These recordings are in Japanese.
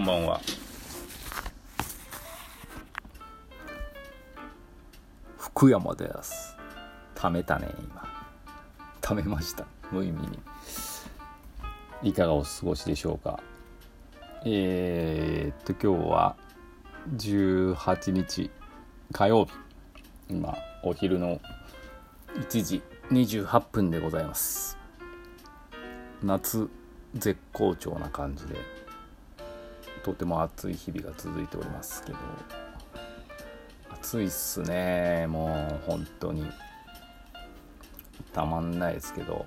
んばんは。福山です。ためたね。今ためました、無意味に。いかがお過ごしでしょうか。今日は18日火曜日、今お昼の1時28分でございます。夏絶好調な感じでとても暑い日々が続いておりますけど、暑いっすね。もう本当にたまんないですけど、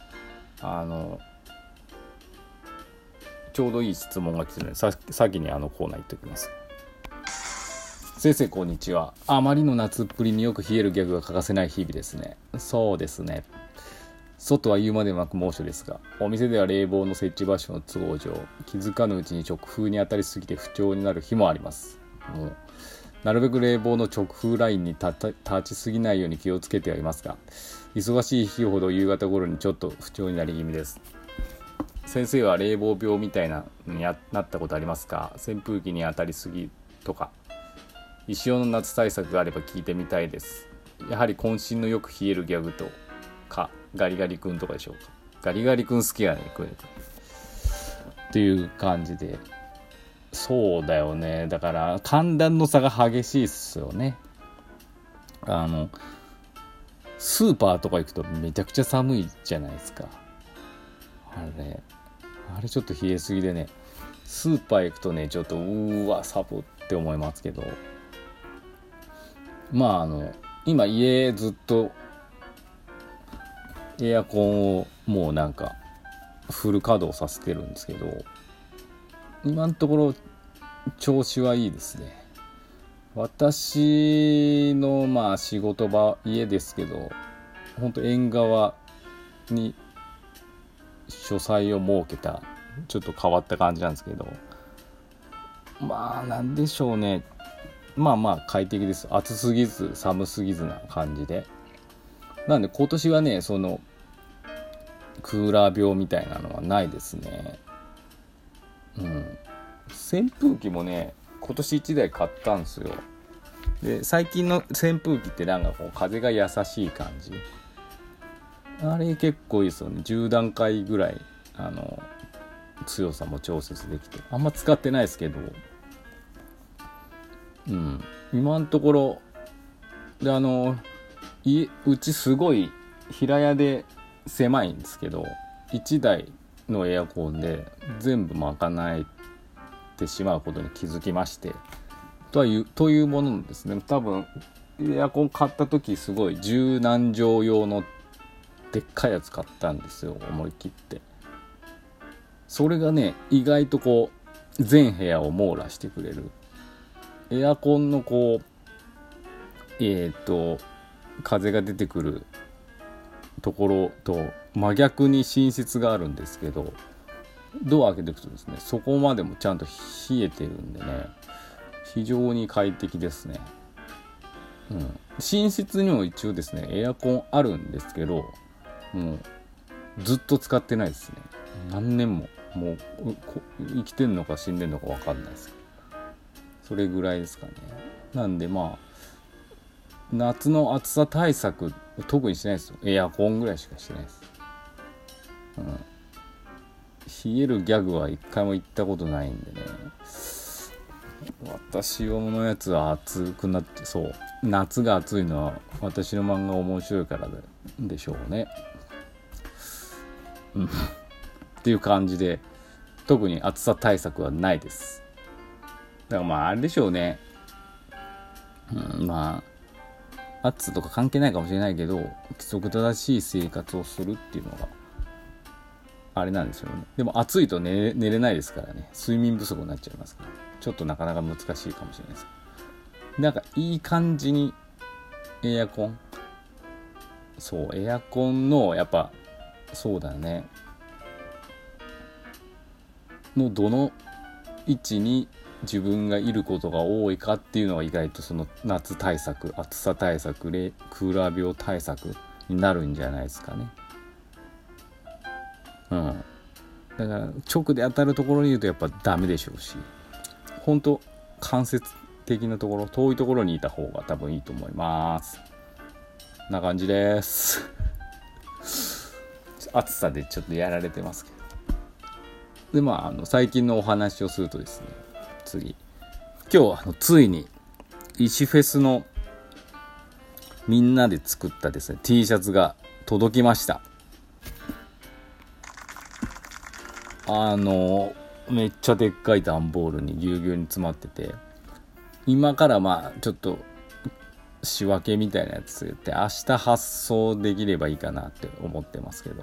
ちょうどいい質問が来てるので先にコーナー行っておきます。先生こんにちは。あまりの夏っぷりによく冷えるギャグが欠かせない日々ですね。そうですね。外は言うまでもなく猛暑ですが、お店では冷房の設置場所の都合上、気づかぬうちに直風に当たりすぎて不調になる日もあります。もうなるべく冷房の直風ラインに立ちすぎないように気をつけてはいますが、忙しい日ほど夕方頃にちょっと不調になり気味です。先生は冷房病みたいなのになったことありますか？扇風機に当たりすぎとか、一生の夏対策があれば聞いてみたいです。やはり渾身のよく冷えるギャグとかガリガリ君とかでしょうか。ガリガリ君好きやねっていう感じで。そうだよね。だから寒暖の差が激しいっすよね。スーパーとか行くとめちゃくちゃ寒いじゃないですか。あれちょっと冷えすぎでね、スーパー行くとねちょっとサボって思いますけど、今家ずっとエアコンをもうなんかフル稼働させてるんですけど、今のところ調子はいいですね。私の仕事場、家ですけど、本当縁側に書斎を設けたちょっと変わった感じなんですけど、なんでしょうね。快適です。暑すぎず寒すぎずな感じで。なんで今年はね、そのクーラー病みたいなのはないですね。扇風機もね今年1台買ったんですよ。で最近の扇風機ってなんかこう風が優しい感じ、あれ結構いいですよね。10段階ぐらい強さも調節できて、あんま使ってないですけど、今のところでうちすごい平屋で狭いんですけど、1台のエアコンで全部賄えてしまうことに気づきまして、というもののですね、多分エアコン買った時すごい十何畳用のでっかいやつ買ったんですよ、思い切って。それがね意外とこう全部屋を網羅してくれる。エアコンのこう風が出てくるところと真逆に寝室があるんですけど、ドア開けていくとですね、そこまでもちゃんと冷えてるんでね、非常に快適ですね。寝室にも一応ですねエアコンあるんですけど、もうずっと使ってないですね。何年ももう生きてんのか死んでんのか分かんないですけど、それぐらいですかね。なんで夏の暑さ対策特にしないですよ。エアコンぐらいしかしてないです。冷えるギャグは一回も言ったことないんでね。私のやつは暑くなって、そう夏が暑いのは私の漫画面白いからでしょうね。っていう感じで、特に暑さ対策はないです。だからあれでしょうね。暑さとか関係ないかもしれないけど、規則正しい生活をするっていうのがあれなんですよね。でも暑いと寝れないですからね。睡眠不足になっちゃいますから、ちょっとなかなか難しいかもしれないです。なんかいい感じにエアコンのやっぱそうだねのどの位置に自分がいることが多いかっていうのは、意外とその夏対策、暑さ対策、クーラー病対策になるんじゃないですかね。だから直で当たるところに言うとやっぱダメでしょうし、 本当間接的なところ、遠いところにいた方が多分いいと思います。こんな感じです。暑さでちょっとやられてますけど。で最近のお話をするとですね、次今日ついに石フェスのみんなで作ったですね T シャツが届きました。めっちゃでっかい段ボールにぎゅうぎゅうに詰まってて、今からちょっと仕分けみたいなやつって明日発送できればいいかなって思ってますけど、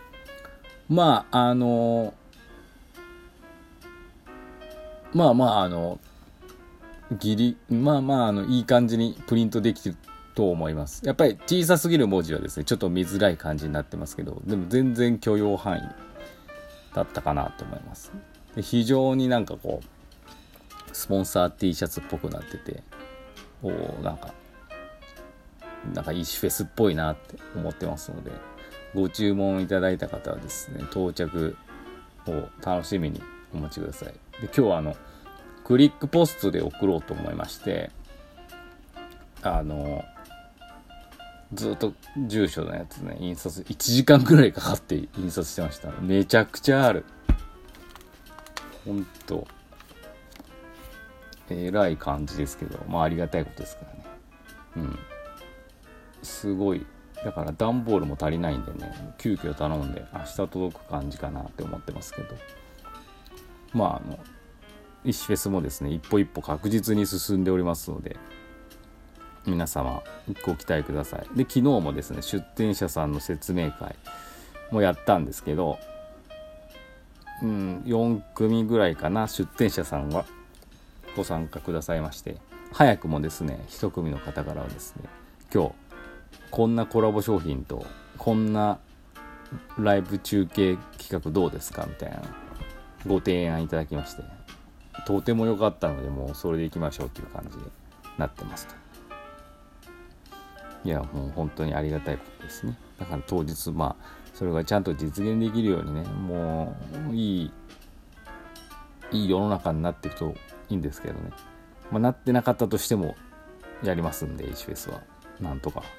いい感じにプリントできると思います。やっぱり小さすぎる文字はですねちょっと見づらい感じになってますけど、でも全然許容範囲だったかなと思います。で非常にスポンサー T シャツっぽくなってて、なんか石フェスっぽいなって思ってますので、ご注文いただいた方はですね到着を楽しみにお待ちください。で今日はクリックポストで送ろうと思いまして、ずっと住所のやつね印刷1時間くらいかかって印刷してました。めちゃくちゃある、ほんとえらい感じですけど、ありがたいことですからね。すごい。だから段ボールも足りないんでね、急遽頼んで明日届く感じかなって思ってますけど、石フェスもですね一歩一歩確実に進んでおりますので、皆様ご期待ください。で昨日もですね出展者さんの説明会もやったんですけど、4組ぐらいかな、出展者さんはご参加くださいまして、早くもですね一組の方からはですね、今日こんなコラボ商品とこんなライブ中継企画どうですかみたいなご提案いただきまして、とても良かったのでもうそれでいきましょうという感じでなってますと。いやもう本当にありがたいことですね。だから当日それがちゃんと実現できるようにね、もういい世の中になっていくといいんですけどね、なってなかったとしてもやりますんで、石フェスはなんとか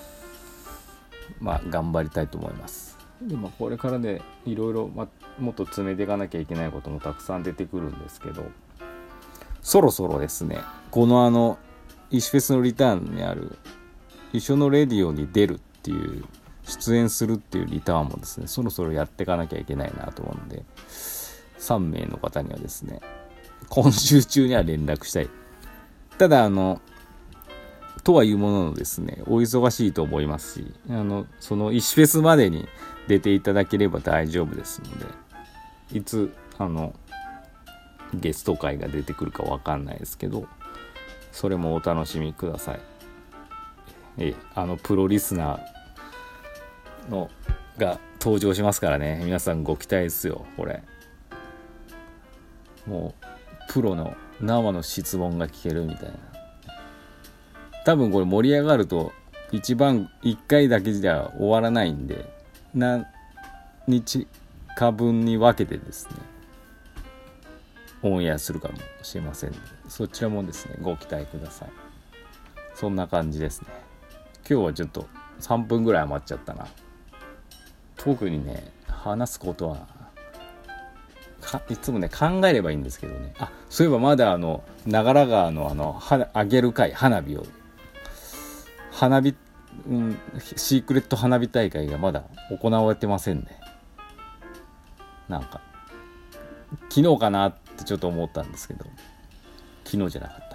頑張りたいと思います。でこれからねいろいろもっと詰めていかなきゃいけないこともたくさん出てくるんですけど、そろそろですねこの石フェスのリターンにある一緒のレディオに出るっていう出演するっていうリターンもですねそろそろやっていかなきゃいけないなと思うんで、3名の方にはですね今週中には連絡したい。ただとはいうもののですねお忙しいと思いますし、その石フェスまでに出ていただければ大丈夫ですので、いつゲスト会が出てくるかわかんないですけど、それもお楽しみください。プロリスナーのが登場しますからね、皆さんご期待ですよ。これもうプロの生の質問が聞けるみたいな。多分これ盛り上がると1回だけじゃ終わらないんで、何日か分に分けてですねオンエアするかもしれませんので、そちらもですねご期待ください。そんな感じですね。今日はちょっと3分ぐらい余っちゃったな。特にね話すことはいつもね考えればいいんですけどね。そういえばまだ長良川のあげる会花火シークレット花火大会がまだ行われてませんね。なんか昨日かなってちょっと思ったんですけど、昨日じゃなかった。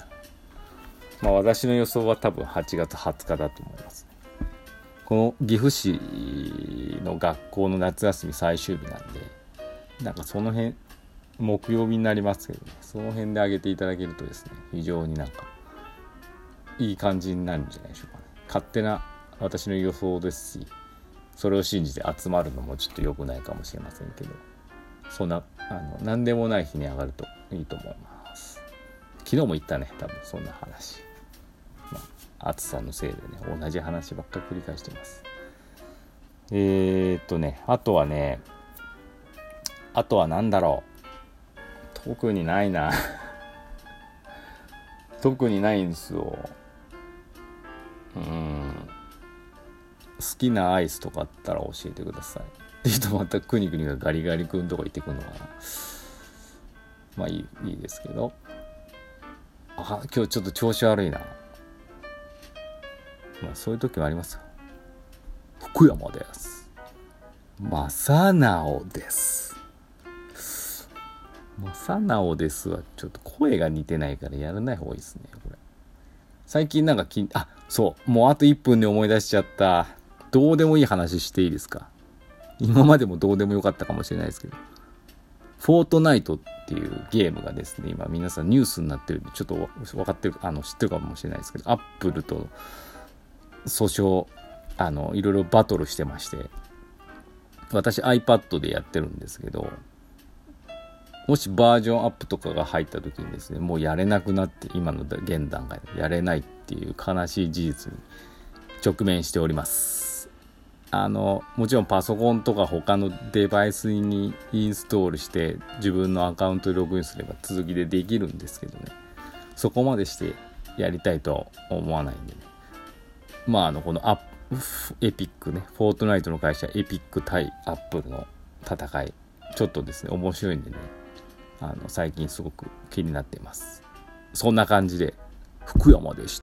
私の予想は多分8月20日だと思いますね。この岐阜市の学校の夏休み最終日なんで、その辺木曜日になりますけどね、その辺で上げていただけるとですね非常にいい感じになるんじゃないでしょうかね。勝手な私の予想ですし、それを信じて集まるのもちょっと良くないかもしれませんけど、そんな何でもない日に上がるといいと思います。昨日も言ったね、多分そんな話。暑さのせいでね同じ話ばっかり繰り返してます。あとは何だろう、特にないな特にないんですよ。好きなアイスとかあったら教えてください。って言うとまたくにくにがガリガリ君とか言ってくるのかな。まあいいですけど。今日ちょっと調子悪いな。まあそういう時もありますよ。福山です。正直です。正直ですはちょっと声が似てないからやらない方がいいですね。これ最近なんかそうもうあと1分で思い出しちゃった。どうでもいい話していいですか？今までもどうでもよかったかもしれないですけど、フォートナイトっていうゲームがですね、今皆さんニュースになってるんで、ちょっと分かってる知ってるかもしれないですけど、アップルと訴訟いろいろバトルしてまして、私 iPad でやってるんですけど、もしバージョンアップとかが入った時にですね、もうやれなくなって、今の現段階でやれないっていう悲しい事実に直面しております。もちろんパソコンとか他のデバイスにインストールして自分のアカウントでログインすれば続きでできるんですけどね、そこまでしてやりたいとは思わないんでね。このエピックね、フォートナイトの会社エピック対アップルの戦い、ちょっとですね面白いんでね、最近すごく気になっています。そんな感じで福山でした。